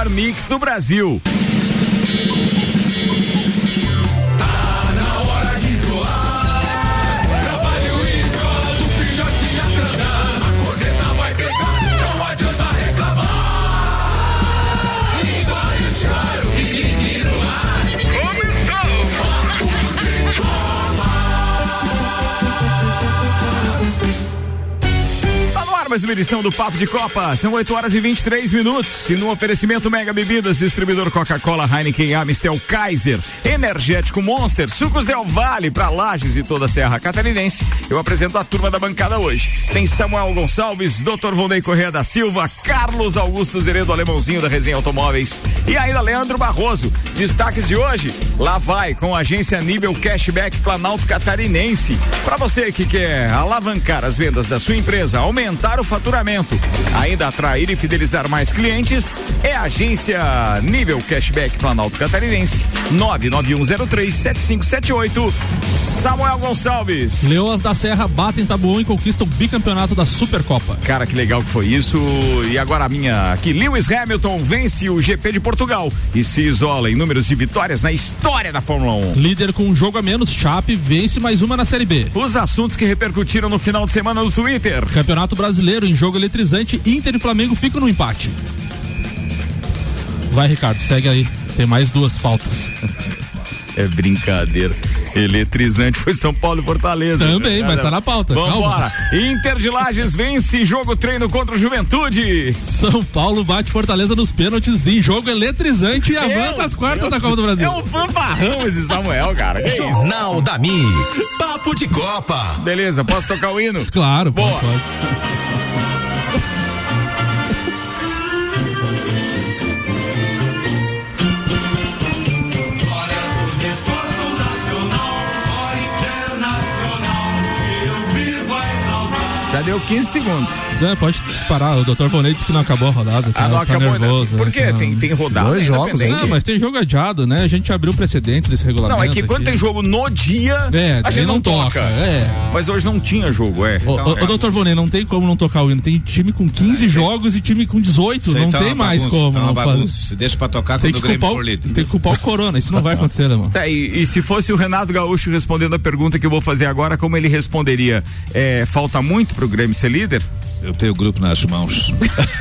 melhor mix do Brasil. Mais uma edição do Papo de Copa, são 8h23 e no oferecimento Mega Bebidas, distribuidor Coca-Cola, Heineken, Amstel, Kaiser, Energético Monster, Sucos Del Valle para Lages e toda a Serra Catarinense. Eu apresento a turma da bancada hoje. Tem Samuel Gonçalves, Dr. Vondei Correia da Silva, Carlos Augusto Zeredo, Alemãozinho da Resenha Automóveis e ainda Leandro Barroso. Destaques de hoje, lá vai com a agência Nível Cashback Planalto Catarinense. Para você que quer alavancar as vendas da sua empresa, aumentar o faturamento, ainda atrair e fidelizar mais clientes, é a agência Nível Cashback Planalto Catarinense, 991037578. Samuel Gonçalves. Leoas da Serra batem Tabuão e conquistam o bicampeonato da Supercopa. Cara, que legal que foi isso. E agora a minha aqui, Lewis Hamilton vence o GP de Portugal e se isola em números de vitórias na história da Fórmula 1. Líder com um jogo a menos, Chape vence mais uma na Série B. Os assuntos que repercutiram no final de semana no Twitter. Campeonato Brasileiro em jogo eletrizante, Inter e Flamengo ficam no empate. Vai, Ricardo, segue aí. Tem mais duas pautas. É brincadeira. Eletrizante foi São Paulo e Fortaleza. Também, mas tá na pauta. Vambora. Inter de Lages vence jogo treino contra o Juventude. São Paulo bate Fortaleza nos pênaltis em jogo eletrizante e avança às quartas da Copa do Brasil. É um fanfarrão esse Samuel, cara. Jornal da Mix. Papo de Copa. Beleza, posso tocar o hino? Claro, boa. Pode. Já deu 15 segundos. Pode parar, o Dr. Vonei disse que não acabou a rodada. Não acabou, nervoso. Por quê? Tem rodada. Dois jogos, não, mas tem jogo adiado, né? A gente abriu precedentes desse regulamento. Não, é que quando tem jogo no dia, a gente não toca. Mas hoje não tinha jogo, O Dr. Vonei, não tem como não tocar o hino. Tem time com 15 jogos e time com 18. Não tem mais como. Não fazer. Se deixa pra tocar quando o Grêmio for líder. Tem que culpar o Corona. Isso não vai acontecer, né, mano? Tá, e se fosse o Renato Gaúcho respondendo a pergunta que eu vou fazer agora, como ele responderia? Falta muito pro Grêmio ser líder? Eu tenho o grupo nas mãos.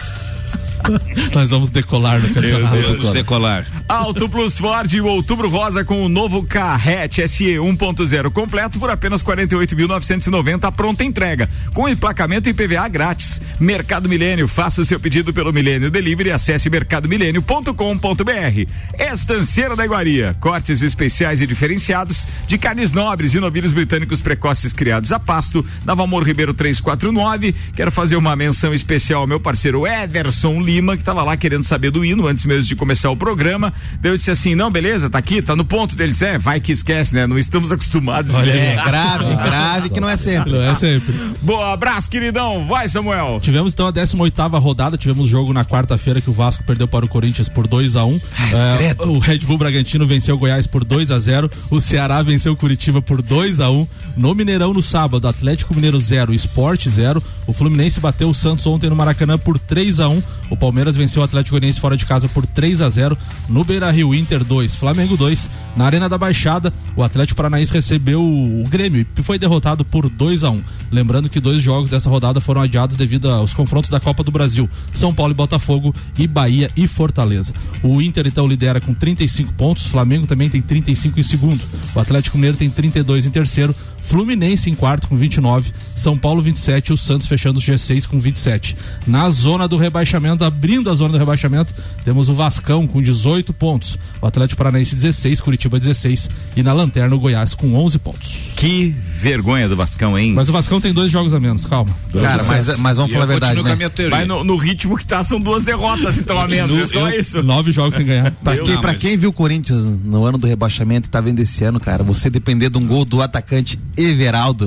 Nós vamos decolar no campeonato. Vamos decolar. Auto Plus Ford e o Outubro Rosa com o novo Carrete SE 1.0 completo por apenas 48.990 pronta entrega, com emplacamento e IPVA grátis. Mercado Milênio, faça o seu pedido pelo Milênio Delivery, acesse mercadomilênio.com.br. Estanceiro da Iguaria, cortes especiais e diferenciados de carnes nobres e novilhos britânicos precoces criados a pasto, na Valmor Ribeiro 349. Quero fazer uma menção especial ao meu parceiro Everson Lima, que estava lá querendo saber do hino antes mesmo de começar o programa. Daí eu disse assim, não, beleza, tá aqui, tá no ponto dele. Vai que esquece, né? Não estamos acostumados. Grave que não é sempre. Não é sempre. Boa, abraço, queridão. Vai, Samuel. Tivemos então a 18ª rodada, tivemos jogo na quarta-feira que o Vasco perdeu para o Corinthians por 2-1. O Red Bull Bragantino venceu o Goiás por 2-0. O Ceará venceu o Curitiba por 2-1. No Mineirão, no sábado, Atlético Mineiro 0, Sport 0. O Fluminense bateu o Santos ontem no Maracanã por 3-1. O Palmeiras venceu o Atlético Goianiense fora de casa por 3-0. No Beira-Rio, Inter 2, Flamengo 2. Na Arena da Baixada, o Atlético Paranaense recebeu o Grêmio e foi derrotado por 2-1. Lembrando que 2 jogos dessa rodada foram adiados devido aos confrontos da Copa do Brasil: São Paulo e Botafogo e Bahia e Fortaleza. O Inter então lidera com 35 pontos, o Flamengo também tem 35 em segundo, o Atlético Mineiro tem 32 em terceiro, Fluminense em quarto com 29, São Paulo 27 e o Santos fechando os G6 com 27. Na zona do rebaixamento, abrindo a zona do rebaixamento, temos o Vascão com 18 pontos, o Atlético Paranaense 16, Curitiba 16 e na lanterna o Goiás com 11 pontos. Que vergonha do Vascão, hein? Mas o Vascão tem 2 jogos a menos, calma. Cara, mas vamos falar a verdade, né? Vai no ritmo que tá, são 2 derrotas então a menos, é só isso. 9 jogos sem ganhar. Pra quem viu o Corinthians no ano do rebaixamento e tá vendo esse ano, cara, você depender de um gol do atacante Everaldo,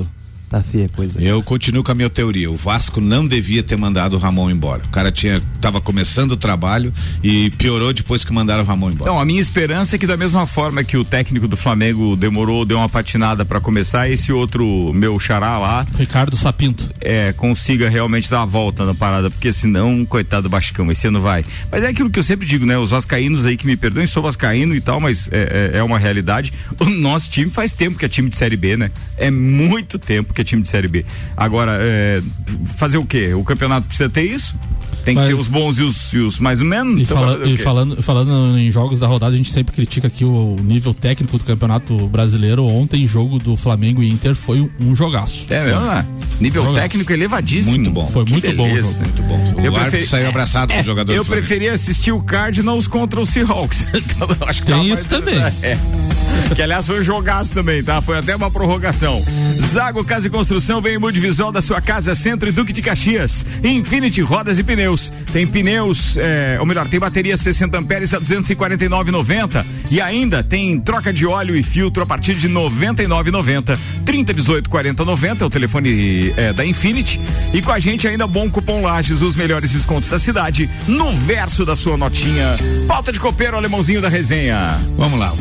Tá feia a coisa. Eu continuo com a minha teoria. O Vasco não devia ter mandado o Ramon embora. O cara tava começando o trabalho e piorou depois que mandaram o Ramon embora. Então, a minha esperança é que da mesma forma que o técnico do Flamengo deu uma patinada para começar, esse outro meu xará lá, Ricardo Sapinto, consiga realmente dar a volta na parada, porque senão, coitado do Vascão, esse ano vai. Mas é aquilo que eu sempre digo, né? Os vascaínos aí que me perdoem, sou vascaíno e tal, mas é uma realidade. O nosso time faz tempo que é time de Série B, né? É muito tempo que é time de Série B. Agora, fazer o quê? O campeonato precisa ter isso? Tem que ter os bons e os mais ou menos. E falando em jogos da rodada, a gente sempre critica aqui o nível técnico do Campeonato Brasileiro. Ontem, jogo do Flamengo e Inter foi um jogaço. Nível técnico elevadíssimo. Muito bom. Foi muito bom o jogo. Muito bom. O árbitro saiu abraçado com o jogador. Eu preferia assistir o Cardinals contra o Seahawks. Então, acho que tem isso também. Que aliás foi um jogaço também, tá? Foi até uma prorrogação. Zago Casa e Construção vem em multivisual da sua casa, Centro e Duque de Caxias. Infinity Rodas e Pneus. Tem pneus, tem bateria 60 amperes a 249,90 e ainda tem troca de óleo e filtro a partir de 99,90. 3018-4090 é o telefone da Infinity. E com a gente ainda bom cupom Lages, os melhores descontos da cidade no verso da sua notinha. Pauta de copeiro, alemãozinho da resenha. Vamos lá,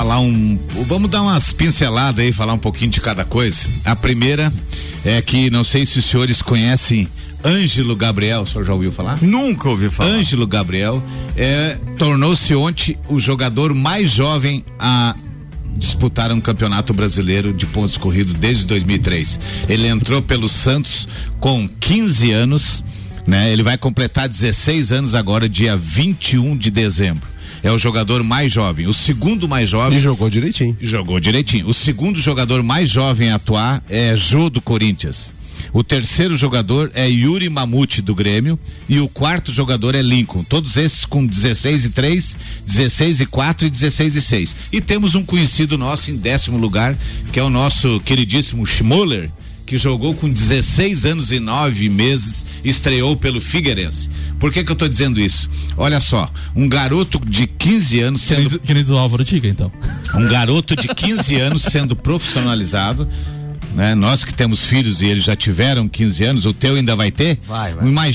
vamos dar umas pinceladas aí, falar um pouquinho de cada coisa. A primeira é que não sei se os senhores conhecem Ângelo Gabriel, o senhor já ouviu falar? Nunca ouvi falar. Ângelo Gabriel tornou-se ontem o jogador mais jovem a disputar um campeonato brasileiro de pontos corridos desde 2003. Ele entrou pelo Santos com 15 anos, né? Ele vai completar 16 anos agora, dia 21 de dezembro. É o jogador mais jovem. O segundo mais jovem. E jogou direitinho. O segundo jogador mais jovem a atuar é Jô do Corinthians. O terceiro jogador é Yuri Mamute do Grêmio e o quarto jogador é Lincoln. Todos esses com 16,3, 16,4 e 16,6. E temos um conhecido nosso em 10º lugar, que é o nosso queridíssimo Schmoller, que jogou com 16 anos e 9 meses, estreou pelo Figueirense. Por que eu tô dizendo isso? Olha só, um garoto de 15 anos sendo... Que nem diz o Álvaro Tiga, então. Um garoto de 15 anos sendo profissionalizado, né? Nós que temos filhos e eles já tiveram 15 anos, o teu ainda vai ter? Vai.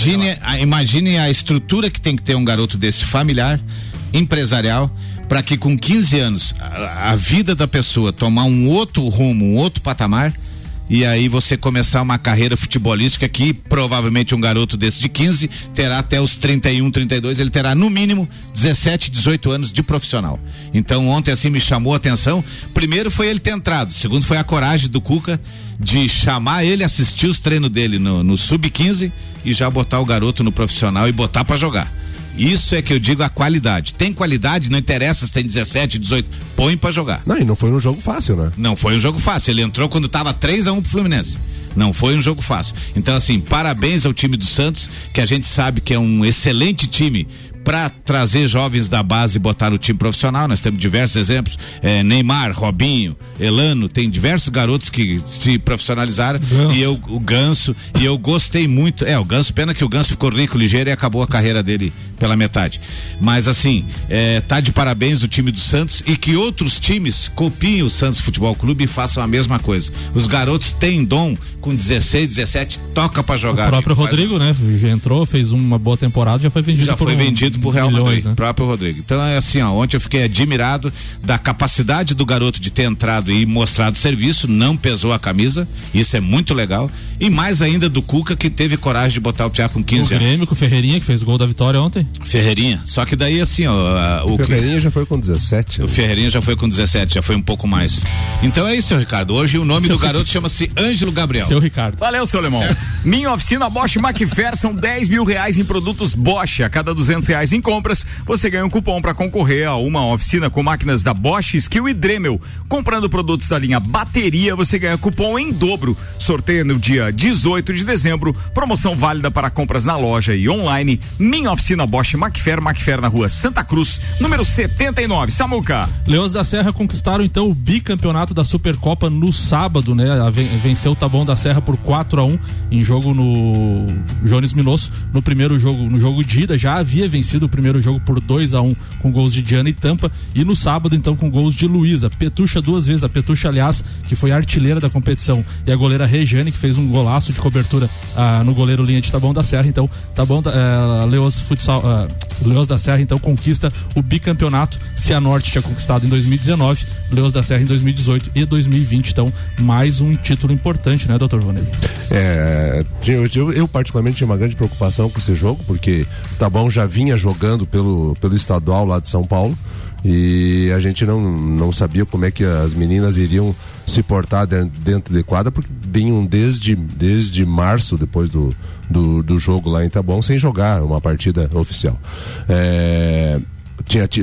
Imagine a estrutura que tem que ter um garoto desse, familiar, empresarial, para que com 15 anos a vida da pessoa tomar um outro rumo, um outro patamar, e aí você começar uma carreira futebolística que provavelmente um garoto desse de 15 terá até os 31, 32, ele terá no mínimo 17, 18 anos de profissional. Então ontem assim me chamou a atenção, primeiro foi ele ter entrado, segundo foi a coragem do Cuca de chamar ele, assistir os treinos dele no sub-15 e já botar o garoto no profissional e botar pra jogar. Isso é que eu digo a qualidade. Tem qualidade, não interessa se tem 17, 18, põe pra jogar. Não, e não foi um jogo fácil, né? Não foi um jogo fácil, ele entrou quando tava 3-1 pro Fluminense. Não foi um jogo fácil. Então assim, parabéns ao time do Santos, que a gente sabe que é um excelente time para trazer jovens da base e botar o time profissional. Nós temos diversos exemplos, Neymar, Robinho, Elano, tem diversos garotos que se profissionalizaram. O Ganso, e eu gostei muito, o Ganso, pena que o Ganso ficou rico, ligeiro e acabou a carreira dele pela metade, mas assim, tá de parabéns o time do Santos e que outros times copiem o Santos Futebol Clube e façam a mesma coisa. Os garotos têm dom, com 16, 17, toca pra jogar. O próprio Rodrigo, né, já entrou, fez uma boa temporada, já foi vendido pro Real Madrid, né? Próprio Rodrigo. Então é assim, ontem eu fiquei admirado da capacidade do garoto de ter entrado e mostrado serviço, não pesou a camisa, isso é muito legal, e mais ainda do Cuca, que teve coragem de botar o Piá com 15 anos. O Grêmio com o Ferreirinha, que fez o gol da vitória ontem. Ferreirinha, só que daí assim, o Ferreirinha já foi com 17. O Ferreirinha já foi com 17, já foi um pouco mais. Então é isso, seu Ricardo, hoje o nome do garoto chama-se Ângelo Gabriel. Seu Ricardo. Valeu, seu Alemão. Minha oficina Bosch Macfer, são 10 mil reais em produtos Bosch. A cada R$200 em compras, você ganha um cupom para concorrer a uma oficina com máquinas da Bosch, Skill e Dremel. Comprando produtos da linha bateria, você ganha cupom em dobro. Sorteio no dia 18 de dezembro. Promoção válida para compras na loja e online. Minha oficina Bosch Macfer na rua Santa Cruz, número 79. Samuca. Leões da Serra conquistaram então o bicampeonato da Supercopa no sábado, né? Venceu o Taboão da Serra por 4-1 em jogo no Jones Minosso. No primeiro jogo, no jogo de ida, já havia vencido vencido o primeiro jogo por 2-1 com gols de Diana e Tampa, e no sábado então com gols de Luísa, Petucha 2 vezes, a Petucha aliás que foi artilheira da competição, e a goleira Regiane que fez um golaço de cobertura no goleiro Linha de Taboão da Serra. Então Leões da Serra então conquista o bicampeonato. Cianorte tinha conquistado em 2019, Leões da Serra em 2018 e 2020, então mais um título importante, né, doutor Vanelli? Eu particularmente tinha uma grande preocupação com esse jogo, porque o Taboão já vinha jogando pelo estadual lá de São Paulo, e a gente não sabia como é que as meninas iriam se portar dentro de quadra, porque vinham desde março, depois do jogo lá em Taboão, sem jogar uma partida oficial. Tinha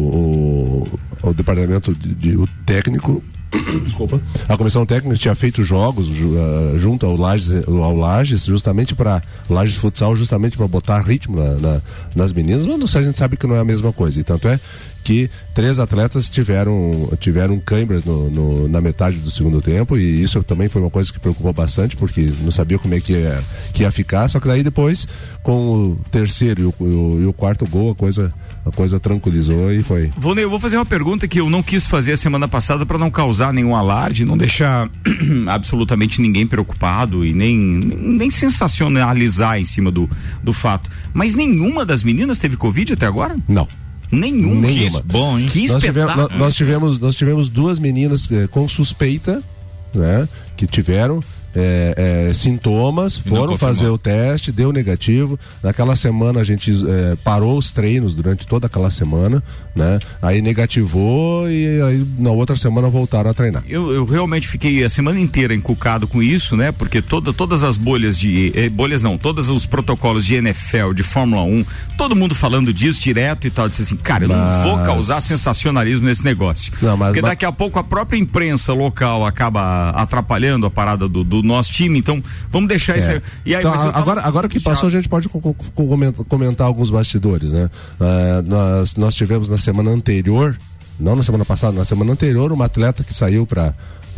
o departamento o técnico, desculpa, a comissão técnica tinha feito jogos junto ao Lages, justamente para Lages Futsal, justamente para botar ritmo nas meninas, mas a gente sabe que não é a mesma coisa, e tanto é que 3 atletas tiveram câimbras na metade do segundo tempo, e isso também foi uma coisa que preocupou bastante, porque não sabia como é que ia ficar. Só que daí depois, com o terceiro e o quarto gol, a coisa tranquilizou e foi. Eu vou fazer uma pergunta que eu não quis fazer a semana passada para não causar nenhum alarde, não deixar absolutamente ninguém preocupado e nem sensacionalizar em cima do fato. Mas nenhuma das meninas teve Covid até agora? Não. Nenhuma. Que bom, hein? Que espetáculo. Nós tivemos 2 meninas com suspeita, né? Que tiveram sintomas, foram fazer o teste, deu negativo. Naquela semana a gente parou os treinos durante toda aquela semana, né? Aí negativou e aí na outra semana voltaram a treinar. Eu realmente fiquei a semana inteira encucado com isso, né? Porque todas as todos os protocolos de NFL, de Fórmula 1, todo mundo falando disso direto e tal, disse assim, cara, eu não vou causar sensacionalismo nesse negócio. Porque daqui a pouco a própria imprensa local acaba atrapalhando a parada do nosso time, então vamos deixar isso aí. E aí, então, agora que passou, a gente pode comentar alguns bastidores, né? Nós tivemos na semana anterior, não na semana passada, na semana anterior, uma atleta que saiu para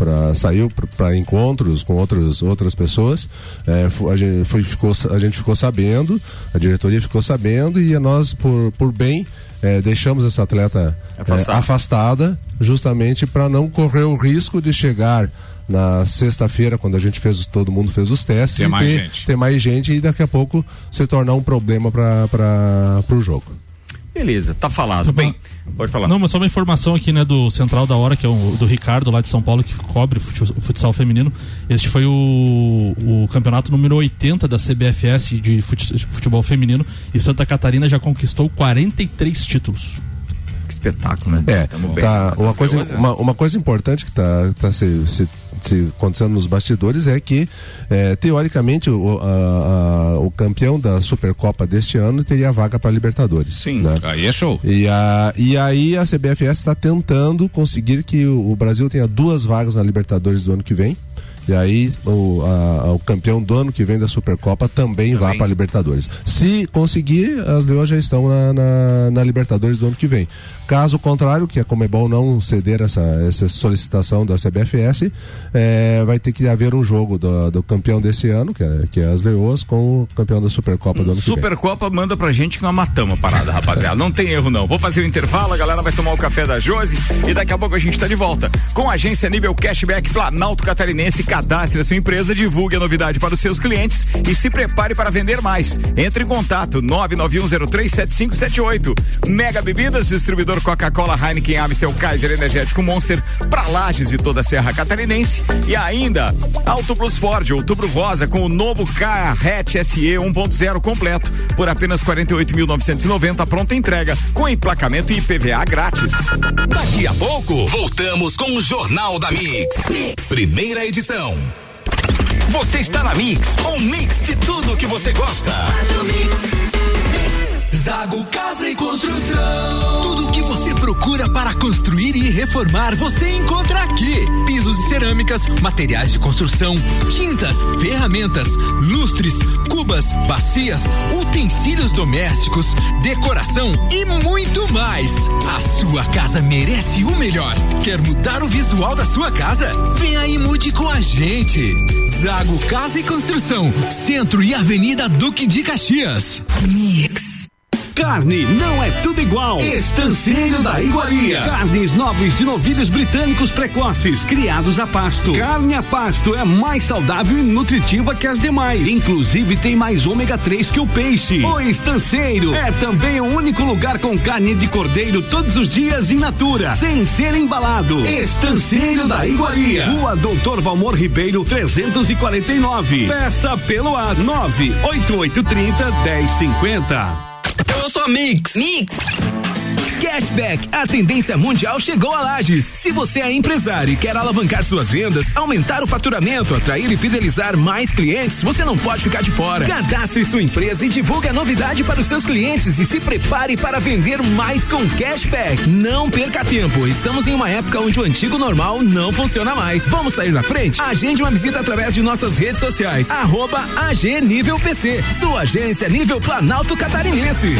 encontros com outras pessoas. A gente ficou sabendo, a diretoria ficou sabendo, e nós por bem deixamos essa atleta afastada, justamente para não correr o risco de chegar na sexta-feira, quando todo mundo fez os testes, ter mais gente e daqui a pouco se tornar um problema para o jogo. Beleza, tá falado. Bem, pode falar. Não, mas só uma informação aqui, né, do Central da Hora, que é do Ricardo, lá de São Paulo, que cobre futsal feminino. Este foi o campeonato número 80 da CBFS de futebol feminino, e Santa Catarina já conquistou 43 títulos. Que espetáculo, né? Uma coisa importante que tá se acontecendo nos bastidores é que teoricamente o campeão da Supercopa deste ano teria vaga para Libertadores. Sim, né? Aí é show. E aí a CBFS está tentando conseguir que o Brasil tenha 2 vagas na Libertadores do ano que vem. E aí o campeão do ano que vem da Supercopa também vá para a Libertadores. Se conseguir, as Leões já estão na Libertadores do ano que vem. Caso contrário, que a Conmebol não ceder essa solicitação da CBFS, vai ter que haver um jogo do campeão desse ano, que é as Leoas, com o campeão da Supercopa do ano que vem. Supercopa manda pra gente que nós matamos a parada, rapaziada. Não tem erro não. Vou fazer o intervalo, a galera vai tomar o café da Josi e daqui a pouco a gente tá de volta. Com a agência Nível Cashback Planalto Catarinense, cadastre a sua empresa, divulgue a novidade para os seus clientes e se prepare para vender mais. Entre em contato, 991037578. Mega Bebidas, distribuidor Coca-Cola, Heineken, Amstel, Kaiser, Energético Monster, pra Lages e toda a Serra Catarinense. E ainda, Auto Plus Ford, outubro rosa com o novo Ka-Hatch SE 1.0 completo por apenas 48.990, pronta entrega, com emplacamento e IPVA grátis. Daqui a pouco, voltamos com o Jornal da Mix. Primeira edição. Você está na Mix, um mix de tudo que você gosta. Zago Casa e Construção. Tudo o que você procura para construir e reformar, você encontra aqui. Pisos e cerâmicas, materiais de construção, tintas, ferramentas, lustres, cubas, bacias, utensílios domésticos, decoração e muito mais. A sua casa merece o melhor. Quer mudar o visual da sua casa? Vem aí e mude com a gente. Zago Casa e Construção, Centro e Avenida Duque de Caxias. Mix. Carne não é tudo igual. Estanceiro da Iguaria. Carnes nobres de novilhos britânicos precoces, criados a pasto. Carne a pasto é mais saudável e nutritiva que as demais. Inclusive tem mais ômega 3 que o peixe. O Estanceiro é também o único lugar com carne de cordeiro todos os dias in natura, sem ser embalado. Estanceiro da Iguaria. Rua Doutor Valmor Ribeiro 349. Peça pelo WhatsApp 98830-1050. Eu sou a Mix. Cashback, a tendência mundial chegou a Lages. Se você é empresário e quer alavancar suas vendas, aumentar o faturamento, atrair e fidelizar mais clientes, você não pode ficar de fora. Cadastre sua empresa e divulgue a novidade para os seus clientes e se prepare para vender mais com Cashback. Não perca tempo, estamos em uma época onde o antigo normal não funciona mais. Vamos sair na frente? Agende uma visita através de nossas redes sociais. @AG Nível PC, sua agência nível Planalto Catarinense.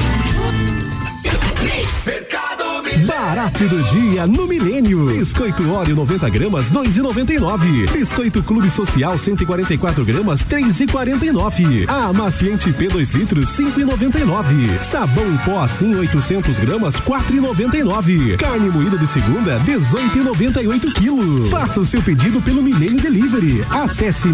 Barato do dia no Milênio. Biscoito Oreo 90 gramas, 2,99. Biscoito Clube Social 144 gramas, 3,49. Amaciante P 2 litros, 5,99. Sabão em pó assim 800 gramas, 4,99. Carne moída de segunda, 18,98 quilos. Faça o seu pedido pelo Milênio Delivery. Acesse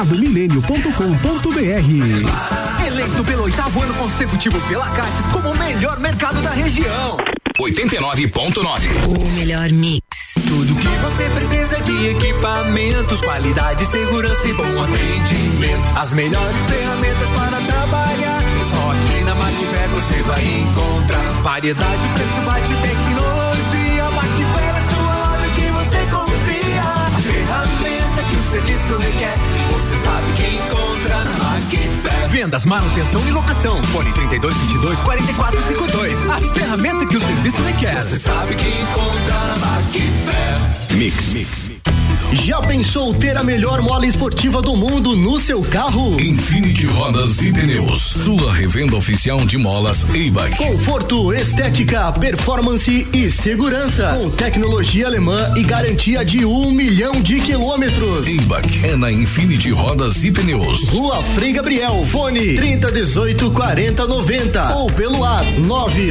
mercadomilênio.com.br. Eleito pelo 8º ano consecutivo pela Cates como o melhor mercado da região. 89.9. O melhor mix. Tudo que você precisa de equipamentos, qualidade, segurança e bom atendimento. As melhores ferramentas para trabalhar. Só aqui na Macfer você vai encontrar variedade, preço baixo e tecnologia. Macfer é sua loja que você confia. A ferramenta que o serviço requer, você sabe que encontra na Macfer. Vendas, manutenção e locação. Fone 3222-4452. A ferramenta que o serviço requer, você sabe que encontra na Macfer. Mix. Já pensou ter a melhor mola esportiva do mundo no seu carro? Infinity Rodas e Pneus, sua revenda oficial de molas e-bike. Conforto, estética, performance e segurança. Com tecnologia alemã e garantia de 1 milhão de quilômetros. E-bike é na Infinity Rodas e Pneus. Rua Frei Gabriel, fone 3018-4090 ou pelo WhatsApp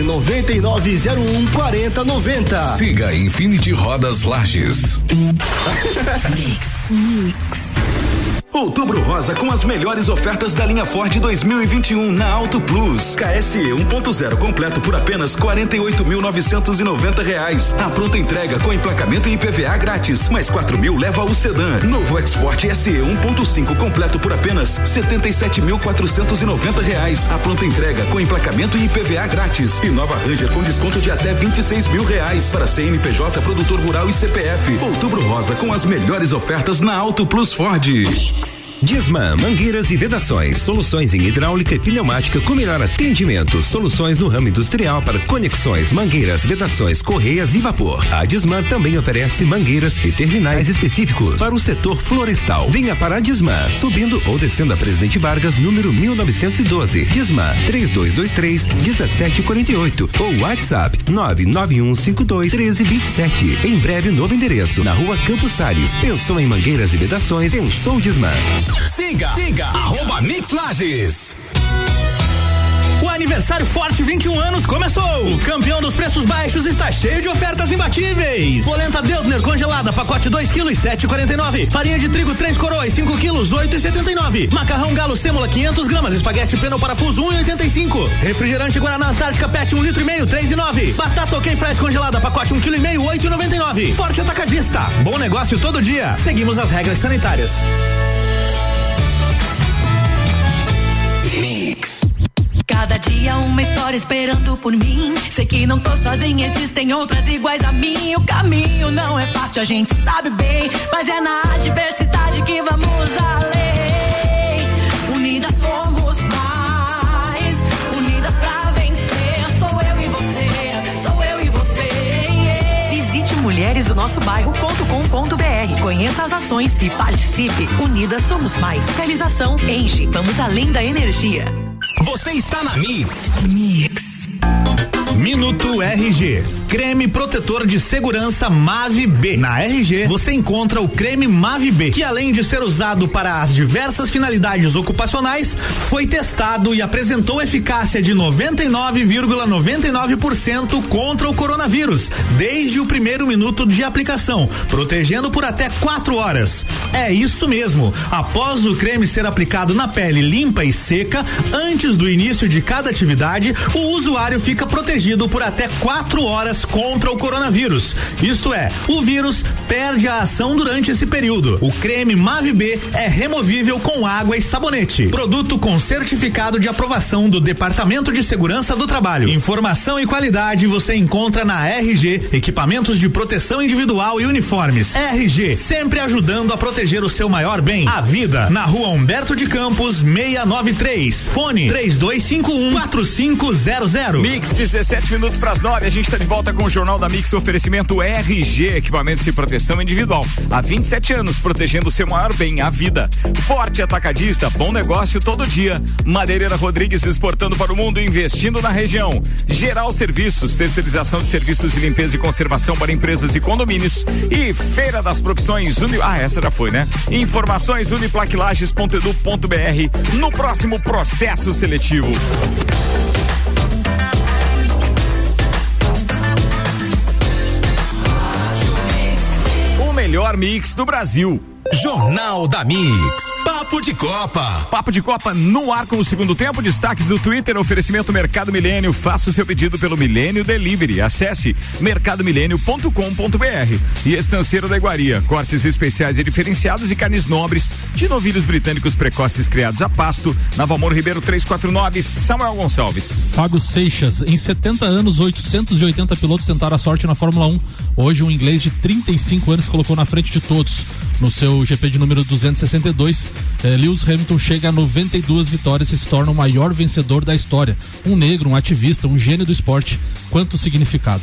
99901-4090. Siga Infinity Rodas Lages. Mix. Outubro Rosa com as melhores ofertas da linha Ford 2021 na Auto Plus. KSE 1.0 completo por apenas R$48.990. A pronta entrega com emplacamento e IPVA grátis. Mais 4.000 leva o sedã. Novo Export SE 1.5 completo por apenas R$77.490. A pronta entrega com emplacamento e IPVA grátis. E nova Ranger com desconto de até R$26.000 para CNPJ, produtor rural e CPF. Outubro Rosa com as melhores ofertas na Auto Plus Ford. Disman, mangueiras e vedações, soluções em hidráulica e pneumática com melhor atendimento, soluções no ramo industrial para conexões, mangueiras, vedações, correias e vapor. A Disman também oferece mangueiras e terminais específicos para o setor florestal. Venha para a Disman, subindo ou descendo a Presidente Vargas, número 1912. Disman 3223-1748 ou WhatsApp 99152-1327. Em breve, novo endereço na Rua Campos Salles. Pensou em mangueiras e vedações? Pensou Disman. Siga @Mix Lages. O aniversário Forte 21 anos começou. O campeão dos preços baixos está cheio de ofertas imbatíveis. Polenta Deutner congelada, pacote 2 kg, 7,49. Farinha de trigo 3 coroas, 5 kg, 8,79. Macarrão Galo Sêmola 500 gramas, espaguete Peno Parafuso 1,85. Refrigerante Guaraná Antártica PET 1,5 litro, 3,9. Batata OK Fries congelada, pacote 1,5 kg, 8,99. Forte Atacadista, bom negócio todo dia. Seguimos as regras sanitárias. Mix. Cada dia uma história esperando por mim. Sei que não tô sozinha, existem outras iguais a mim. O caminho não é fácil, a gente sabe bem, mas é na adversidade que vamos além. Unidas somos mais, unidas pra vencer. Sou eu e você, Visite mulheresdonossobairro.com.br. Conheça as ações e participe. Unidas somos mais. Realização Engie. Vamos além da energia. Você está na Mix. Minuto RG. creme protetor de segurança Mave B. Na RG, você encontra o creme Mave B, que além de ser usado para as diversas finalidades ocupacionais, foi testado e apresentou eficácia de 99,99% contra o coronavírus, desde o primeiro minuto de aplicação, protegendo por até 4 horas. É isso mesmo. Após o creme ser aplicado na pele limpa e seca, antes do início de cada atividade, o usuário fica protegido por até 4 horas contra o coronavírus. Isto é, o vírus perde a ação durante esse período. O creme Mave B é removível com água e sabonete. Produto com certificado de aprovação do Departamento de Segurança do Trabalho. Informação e qualidade você encontra na RG, equipamentos de proteção individual e uniformes. RG, sempre ajudando a proteger o seu maior bem, a vida. Na Rua Humberto de Campos, 693. Fone 3251-4500. Mix, 17 minutos para as 9. A gente está de volta com o Jornal da Mix, oferecimento RG, equipamentos de proteção individual. Há 27 anos, protegendo o seu maior bem, a vida. Forte Atacadista, bom negócio todo dia. Madeireira Rodrigues, exportando para o mundo e investindo na região. Geral Serviços, terceirização de serviços de limpeza e conservação para empresas e condomínios. E Feira das Profissões essa já foi, né? Informações uniplaquilages.edu.br no próximo processo seletivo. O melhor mix do Brasil. Jornal da Mix. Papo de Copa. Papo de Copa no ar com o segundo tempo. Destaques do Twitter, oferecimento Mercado Milênio. Faça o seu pedido pelo Milênio Delivery. Acesse mercadomilênio.com.br. E Estanceiro da Iguaria. Cortes especiais e diferenciados e carnes nobres de novilhos britânicos precoces criados a pasto. Na Valmor Ribeiro 349, Samuel Gonçalves. Fábio Seixas. Em 70 anos, 880 pilotos tentaram a sorte na Fórmula 1. Hoje um inglês de 35 anos colocou na frente de todos. No seu GP de número 262, Lewis Hamilton chega a 92 vitórias e se torna o maior vencedor da história. Um negro, um ativista, um gênio do esporte. Quanto significado.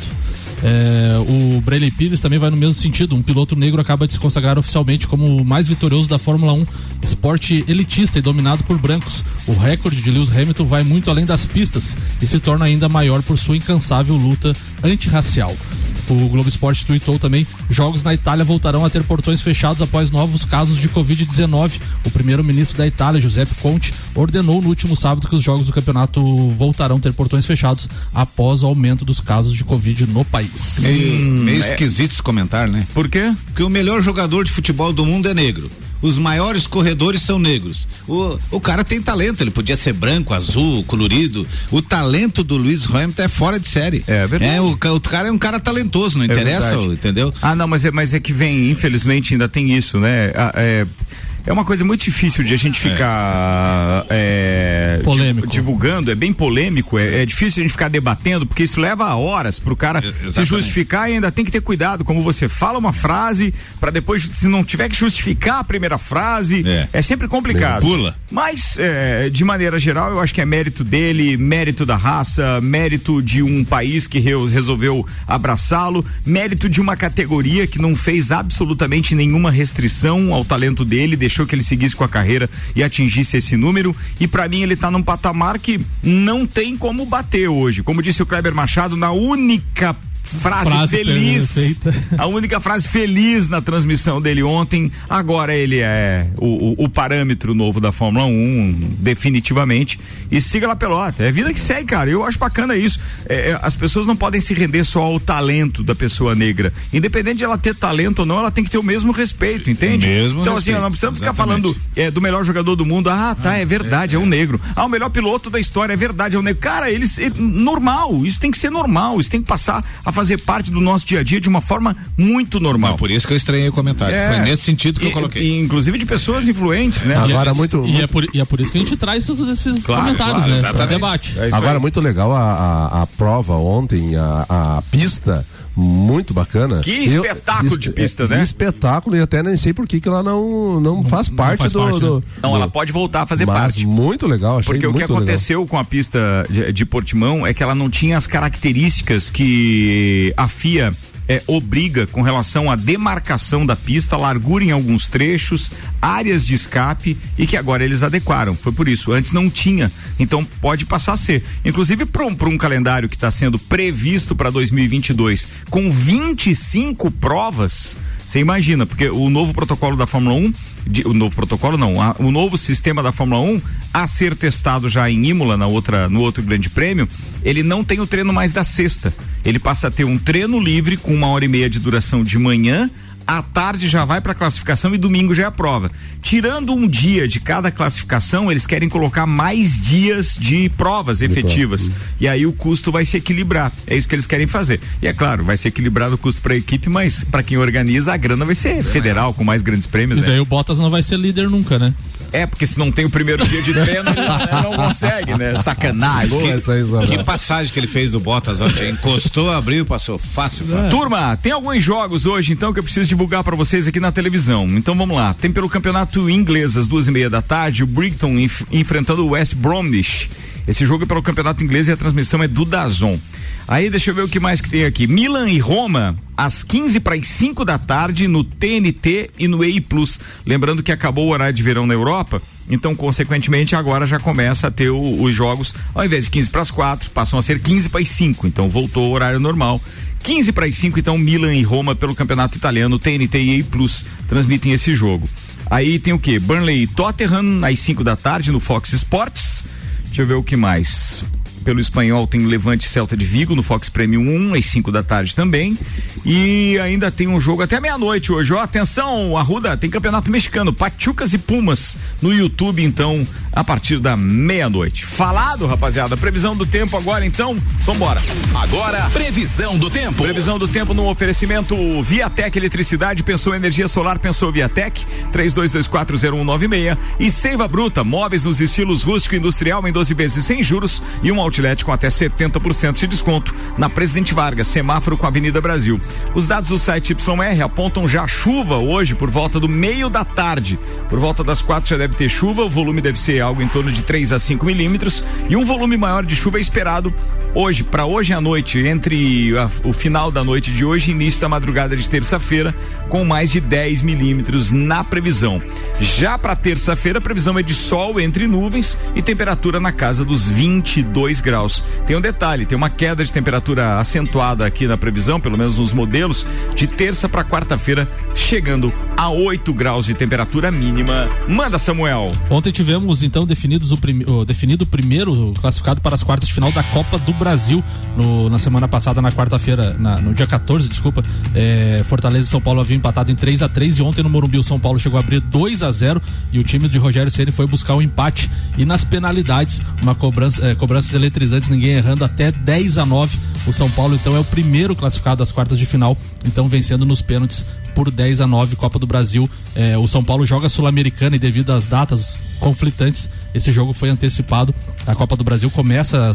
O Braylen Pires também vai no mesmo sentido. Um piloto negro acaba de se consagrar oficialmente como o mais vitorioso da Fórmula 1, esporte elitista e dominado por brancos. O recorde de Lewis Hamilton vai muito além das pistas e se torna ainda maior por sua incansável luta antirracial. O Globo Esporte tweetou também: jogos na Itália voltarão a ter portões fechados após novos casos de Covid-19. O primeiro-ministro da Itália, Giuseppe Conte, ordenou no último sábado que os jogos do campeonato voltarão a ter portões fechados após o aumento dos casos de Covid no país. Meio esquisito esse comentário, né? Por quê? Porque o melhor jogador de futebol do mundo é negro. Os maiores corredores são negros. O cara tem talento, ele podia ser branco, azul, colorido. O talento do Lewis Hamilton é fora de série. É verdade. O cara é um cara talentoso, não interessa, entendeu? Não, mas é que vem, infelizmente ainda tem isso, né? É uma coisa muito difícil de a gente ficar polêmico. Divulgando, é bem polêmico, é difícil a gente ficar debatendo, porque isso leva horas pro cara se justificar e ainda tem que ter cuidado, como você fala uma frase, pra depois, se não tiver que justificar a primeira frase, é sempre complicado. Pula. Mas, de maneira geral, eu acho que é mérito dele, mérito da raça, mérito de um país que resolveu abraçá-lo, mérito de uma categoria que não fez absolutamente nenhuma restrição ao talento dele, deixou que ele seguisse com a carreira e atingisse esse número, e pra mim ele tá num patamar que não tem como bater hoje. Como disse o Kleber Machado, na única frase feliz, a única frase feliz na transmissão dele ontem. Agora ele é o parâmetro novo da Fórmula 1, definitivamente, e siga lá pelota, é vida que segue, cara. Eu acho bacana isso. As pessoas não podem se render só ao talento da pessoa negra, independente de ela ter talento ou não, ela tem que ter o mesmo respeito, entende? Então assim, não precisamos ficar falando do melhor jogador do mundo, é verdade, é um negro. O melhor piloto da história, é verdade, é um negro. Cara, normal, isso tem que ser normal, isso tem que passar a fazer parte do nosso dia a dia de uma forma muito normal. Por isso que eu estranhei o comentário. Foi nesse sentido que eu coloquei. Inclusive de pessoas influentes, né? Agora é por isso que a gente traz esses comentários, né? Para debate. Agora, muito legal a prova ontem, a pista. Muito bacana. Que espetáculo de pista, né? Espetáculo, e até nem sei por que ela não faz parte do. Não, ela pode voltar a fazer parte. Muito legal, achei. Porque o que aconteceu com a pista de Portimão é que ela não tinha as características que a FIA obriga com relação à demarcação da pista, largura em alguns trechos, áreas de escape, e que agora eles adequaram. Foi por isso, antes não tinha, então pode passar a ser. Inclusive para um calendário que está sendo previsto para 2022 com 25 provas, você imagina, porque o novo protocolo da Fórmula 1, o novo sistema da Fórmula 1 a ser testado já em Imola, no outro grande prêmio, ele não tem o treino mais da sexta, ele passa a ter um treino livre com 1h30 de duração de manhã, à tarde já vai para a classificação e domingo já é a prova. Tirando um dia de cada classificação, eles querem colocar mais dias de provas efetivas. E aí o custo vai se equilibrar. É isso que eles querem fazer. E é claro, vai ser equilibrado o custo para a equipe, mas para quem organiza, a grana vai ser federal, com mais grandes prêmios. E daí o Bottas não vai ser líder nunca, né? Porque se não tem o primeiro dia de treino, ele não consegue, né? Sacanagem. Que passagem que ele fez do Bottas ontem. Encostou, abriu, passou. Fácil. Turma, tem alguns jogos hoje, então, que eu preciso divulgar para vocês aqui na televisão. Então vamos lá. Tem pelo campeonato inglês, às 2:30 da tarde, o Brighton enfrentando o West Bromwich. Esse jogo é pelo campeonato inglês e a transmissão é do DAZN. Aí deixa eu ver o que mais que tem aqui. Milan e Roma, às 4:45 da tarde, no TNT e no EI Plus. Lembrando que acabou o horário de verão na Europa, então consequentemente agora já começa a ter os jogos, ao invés de 4:15, passam a ser 4:45, então voltou o horário normal. 4:45, então Milan e Roma pelo campeonato italiano, TNT e EI Plus transmitem esse jogo. Aí tem o que? Burnley e Tottenham, às 5 da tarde, no Fox Sports. Deixa eu ver o que mais. Pelo espanhol tem Levante e Celta de Vigo no Fox Premium 1, às 5 da tarde também. E ainda tem um jogo até meia-noite hoje. Atenção, Arruda, tem campeonato mexicano, Pachucas e Pumas no YouTube, então, a partir da meia-noite. Falado, rapaziada. Previsão do tempo agora, então, vambora. Agora, previsão do tempo. Previsão do tempo no oferecimento Viatec Eletricidade. Pensou energia solar, pensou Viatec. 32240196. E Seiva Bruta, móveis nos estilos rústico e industrial em 12 vezes sem juros e um outlet com até 70% de desconto na Presidente Vargas, semáforo com a Avenida Brasil. Os dados do site YR apontam já chuva hoje por volta do meio da tarde. Por volta das 4 já deve ter chuva, o volume deve ser algo em torno de 3 a 5 milímetros e um volume maior de chuva é esperado hoje, para hoje à noite, entre o final da noite de hoje e início da madrugada de terça-feira, com mais de 10 milímetros na previsão. Já para terça-feira, a previsão é de sol entre nuvens e temperatura na casa dos 22 graus. Tem um detalhe, tem uma queda de temperatura acentuada aqui na previsão, pelo menos nos modelos, de terça para quarta-feira, chegando a 8 graus de temperatura mínima. Manda, Samuel. Ontem tivemos, então, definido o primeiro classificado para as quartas de final da Copa do Brasil, na semana passada, na quarta-feira, no dia 14, desculpa, Fortaleza e São Paulo haviam empatado em 3-3 e ontem no Morumbi o São Paulo chegou a abrir 2-0 e o time de Rogério Ceni foi buscar um empate e nas penalidades, cobranças eletrizantes, ninguém errando, até 10-9. O São Paulo então é o primeiro classificado das quartas de final, então vencendo nos pênaltis por 10-9, Copa do Brasil. O São Paulo joga Sul-Americana e devido às datas conflitantes, esse jogo foi antecipado. A Copa do Brasil começa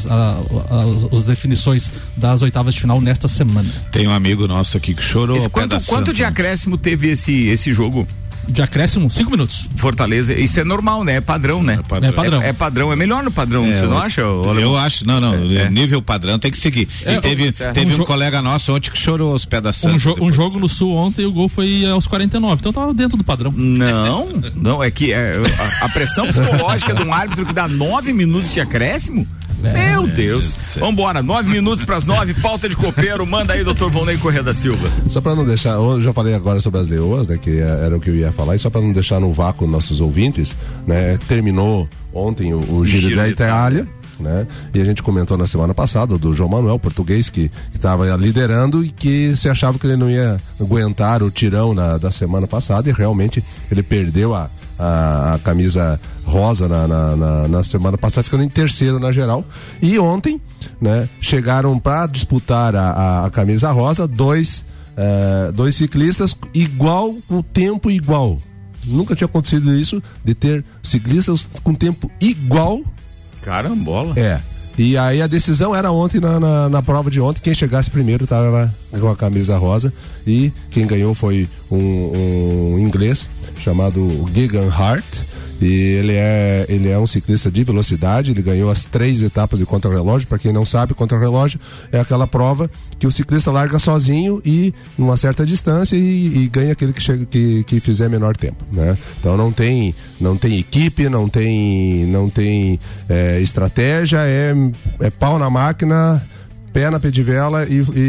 as definições das oitavas de final nesta semana. Tem um amigo nosso aqui que chorou. Quanto de acréscimo teve esse jogo? De acréscimo, 5 minutos. Fortaleza, isso é normal, né? É padrão, né? É padrão, é melhor no padrão, você não acha? Eu acho, nível padrão tem que seguir. Teve um colega nosso ontem que chorou aos pés da Santa. Um jogo no Sul ontem, o gol foi aos 49, então tava dentro do padrão. Não, é que a pressão psicológica de um árbitro que dá 9 minutos de acréscimo? Meu Deus. Vambora, 9 minutos pras 9, pauta de copeiro, manda aí, doutor Volney Corrêa da Silva. Só pra não deixar, eu já falei agora sobre as leoas, né, que era o que eu ia falar, e só pra não deixar no vácuo nossos ouvintes, né, terminou ontem o Giro da Itália, né, e a gente comentou na semana passada do João Manuel, português, que estava liderando e que se achava que ele não ia aguentar o tirão da semana passada, e realmente ele perdeu a camisa rosa na semana passada, ficando em terceiro na geral. E ontem, né, chegaram para disputar a camisa rosa dois ciclistas com tempo igual. Nunca tinha acontecido isso, de ter ciclistas com tempo igual. Carambola. E aí a decisão era ontem, na prova de ontem, quem chegasse primeiro estava com a camisa rosa, e quem ganhou foi um inglês chamado Geoghegan Hart, E ele é um ciclista de velocidade, ele ganhou as 3 etapas de contrarrelógio. Para quem não sabe, contrarrelógio é aquela prova que o ciclista larga sozinho e numa certa distância e ganha aquele que fizer menor tempo, né? Então não tem equipe, não tem estratégia, é pau na máquina, pé na pedivela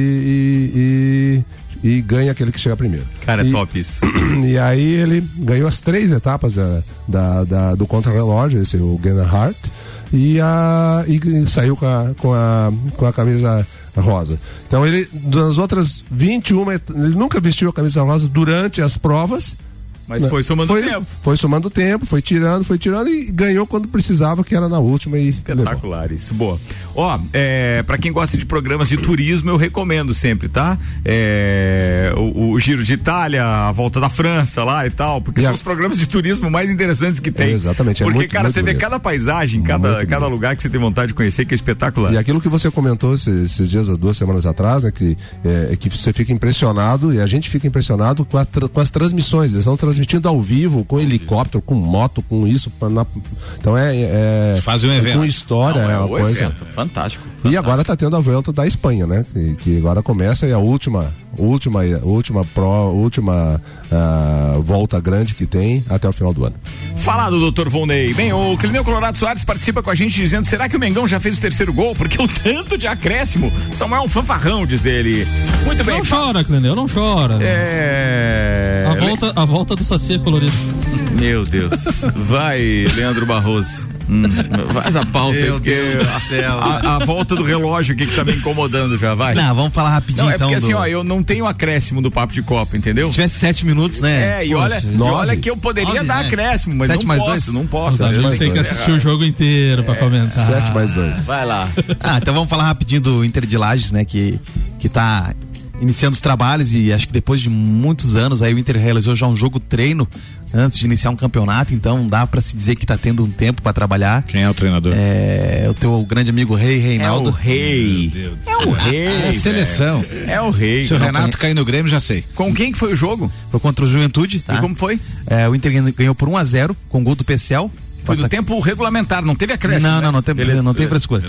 e ganha aquele que chega primeiro. Cara, é top isso. E aí ele ganhou as 3 etapas do contrarrelógio, esse o Gennard, e saiu com a camisa rosa. Então ele, das outras 21, ele nunca vestiu a camisa rosa durante as provas. Mas foi somando tempo. Foi somando tempo, foi tirando e ganhou quando precisava, que era na última. Espetacular isso, boa. Ó, pra quem gosta de programas de turismo, eu recomendo sempre, tá? O Giro de Itália, a Volta da França lá e tal, porque são os programas de turismo mais interessantes que tem. Exatamente. Porque, muito, cara, muito você bonito. vê cada paisagem, cada lugar que você tem vontade de conhecer, que é espetacular. E aquilo que você comentou esses dias, 2 semanas atrás, né, que você fica impressionado, e a gente fica impressionado com as transmissões. Eles estão transmitindo ao vivo, com helicóptero, com moto, com isso. Então faz um evento. Com história, é uma coisa. Evento. Fantástico. E agora tá tendo a volta da Espanha, né? Que agora começa e a última volta grande que tem até o final do ano. Falado, Dr. Volney. Bem, o Clineu Colorado Soares participa com a gente dizendo: será que o Mengão já fez o 3º gol? Porque o tanto de acréscimo, Samuel é um fanfarrão, diz ele. Muito bem. Não chora, Clineu, não chora. A volta do Saci é colorido. Meu Deus. Vai, Leandro Barroso. Vai da pauta aí, porque a volta do relógio aqui que tá me incomodando já, vai. Não, vamos falar rapidinho então. Porque assim, ó, eu não tenho acréscimo do Papo de Copa, entendeu? Se tivesse 7 minutos, né? E olha que eu poderia dar acréscimo, mas 7 não posso. Eu sei que assistiu o jogo inteiro pra comentar. 7+2. Vai lá. Então vamos falar rapidinho do Inter de Lages, né? Que tá iniciando os trabalhos, e acho que depois de muitos anos aí o Inter realizou já um jogo treino antes de iniciar um campeonato, então dá pra se dizer que tá tendo um tempo pra trabalhar. Quem é o treinador? É o teu grande amigo Reinaldo. É o Rei. É a seleção. É o Rei. Se o Renato cair no Grêmio, já sei. Com quem que foi o jogo? Foi contra o Juventude, tá? E como foi? O Inter ganhou por 1-0 com gol do PCL. Foi no tempo regulamentar, não teve acréscimo. Não tem frescura.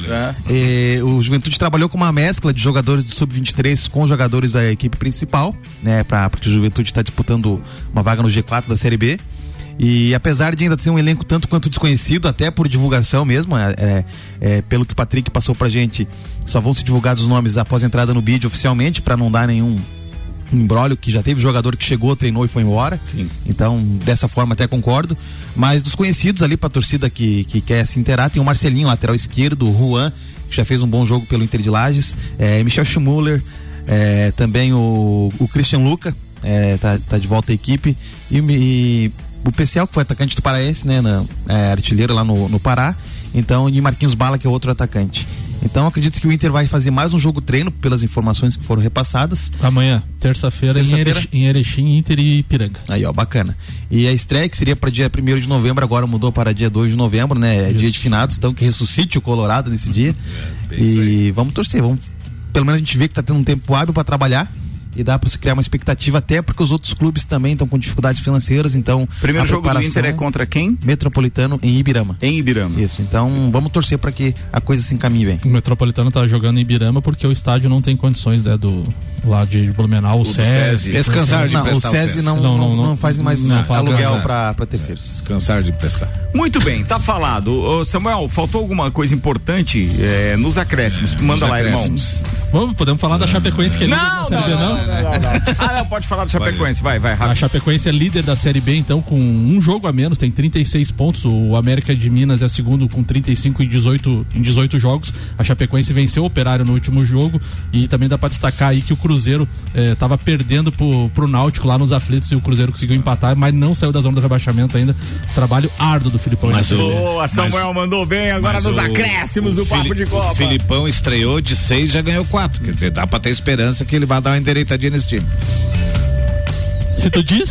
O Juventude trabalhou com uma mescla de jogadores do Sub-23 com jogadores da equipe principal, né? Porque o Juventude está disputando uma vaga no G4 da Série B. E apesar de ainda ter um elenco tanto quanto desconhecido, até por divulgação mesmo, pelo que o Patrick passou pra gente, só vão ser divulgados os nomes após a entrada no bid oficialmente, para não dar nenhum imbróglio, que já teve jogador que chegou, treinou e foi embora. Sim. Então, dessa forma até concordo. Mas dos conhecidos ali pra torcida que quer se inteirar, tem o Marcelinho, lateral esquerdo, o Juan, que já fez um bom jogo pelo Inter de Lages, Michel Schmuller, também o Christian Luca, tá de volta à equipe, e o PCL, que foi atacante do Paraense, né, artilheiro lá no Pará, então, e Marquinhos Bala, que é outro atacante. Então, acredito que o Inter vai fazer mais um jogo treino, pelas informações que foram repassadas. Amanhã, terça-feira, em Erechim, Inter e Ipiranga. Aí, ó, bacana. E a estreia, que seria para dia 1º de novembro, agora mudou para dia 2 de novembro, né? É dia de finados, então que ressuscite o Colorado nesse dia. E vamos torcer, pelo menos a gente vê que tá tendo um tempo hábil para trabalhar. E dá para se criar uma expectativa, até porque os outros clubes também estão com dificuldades financeiras, então... Primeiro jogo do Inter é contra quem? Metropolitano em Ibirama. Em Ibirama. Isso, então vamos torcer para que a coisa se encaminhe bem. O Metropolitano tá jogando em Ibirama porque o estádio não tem condições, né, lá de Blumenau, o SESI. Eles cansaram de emprestar. O SESI não faz mais aluguel para terceiros. Cansaram de emprestar. Muito bem, tá falado. Ô, Samuel, faltou alguma coisa importante nos acréscimos? Manda lá, irmão. Podemos falar da Chapecoense, que é líder da Série B, não? Não, pode falar do Chapecoense, vai, rápido. A Chapecoense é líder da Série B, então, com um jogo a menos, tem 36 pontos. O América de Minas é segundo com 35 em 18 jogos. A Chapecoense venceu o Operário no último jogo, e também dá pra destacar aí que o Cruzeiro tava perdendo pro Náutico lá nos aflitos, e o Cruzeiro conseguiu empatar, mas não saiu da zona do rebaixamento ainda. Trabalho árduo do Filipão. Boa, Samuel mandou bem agora nos acréscimos do Papo de Copa. O Filipão estreou de 6 e já ganhou 4. Quer dizer, dá pra ter esperança que ele vai dar uma endireitadinha nesse time. Se tu diz.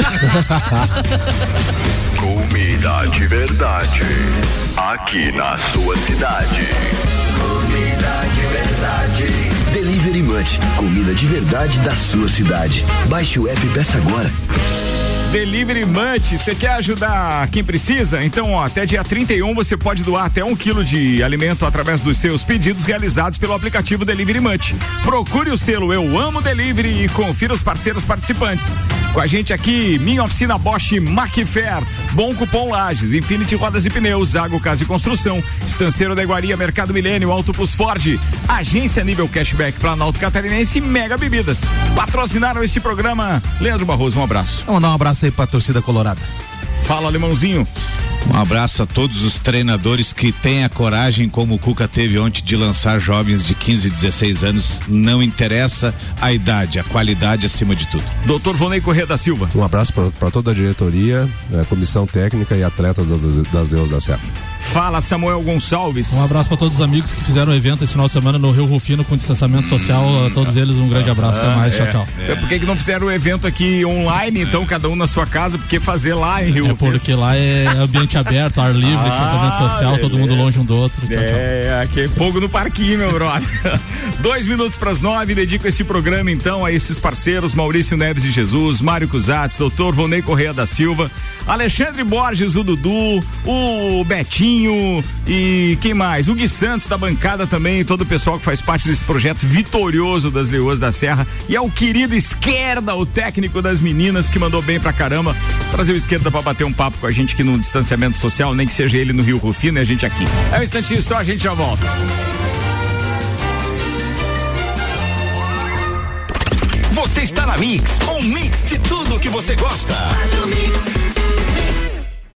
Comida de verdade, aqui na sua cidade. Comida de verdade. Delivery Munch, comida de verdade da sua cidade. Baixe o app e peça agora. Delivery Munch, você quer ajudar quem precisa? Então, ó, até dia 31 você pode doar até 1 quilo de alimento através dos seus pedidos realizados pelo aplicativo Delivery Munch. Procure o selo Eu Amo Delivery e confira os parceiros participantes. Com a gente aqui, Minha Oficina Bosch, Macfair, Bom Cupom Lages, Infinity Rodas e Pneus, Zago Casa e Construção, Estanceiro da Iguaria, Mercado Milênio, Auto Plus Ford, Agência Nível Cashback, Planalto Catarinense e Mega Bebidas. Patrocinaram este programa. Leandro Barroso, um abraço. Vamos dar um abraço aí pra torcida colorada. Fala, Alemãozinho. Um abraço a todos os treinadores que têm a coragem, como o Cuca teve ontem, de lançar jovens de 15 e 16 anos. Não interessa a idade, a qualidade acima de tudo. Dr. Vonei Corrêa da Silva. Um abraço para toda a diretoria, comissão técnica e atletas das Leões da Serra. Fala, Samuel Gonçalves. Um abraço para todos os amigos que fizeram o evento esse final de semana no Rio Rufino com distanciamento social. A todos eles um grande abraço. Até mais. Tchau, tchau. Por que não fizeram o evento aqui online, então, cada um na sua casa? Porque fazer lá em Rio Rufino? Porque lá é ambiente aberto, ar livre, distanciamento social, todo mundo longe um do outro. Tchau, tchau. Aqui é fogo no parquinho, meu brother. 2 minutos para as 9, dedico esse programa então a esses parceiros: Maurício Neves de Jesus, Mário Cusatz, Dr. Vonei Corrêa da Silva, Alexandre Borges, o Dudu, o Betinho e quem mais? O Gui Santos da bancada também, todo o pessoal que faz parte desse projeto vitorioso das Leoas da Serra, e ao querido Esquerda, o técnico das meninas, que mandou bem pra caramba trazer o Esquerda pra bater um papo com a gente aqui no distanciamento social, nem que seja ele no Rio Rufino e a gente aqui. É um instantinho só, a gente já volta. Você está na Mix, um mix de tudo que você gosta. Faz o mix.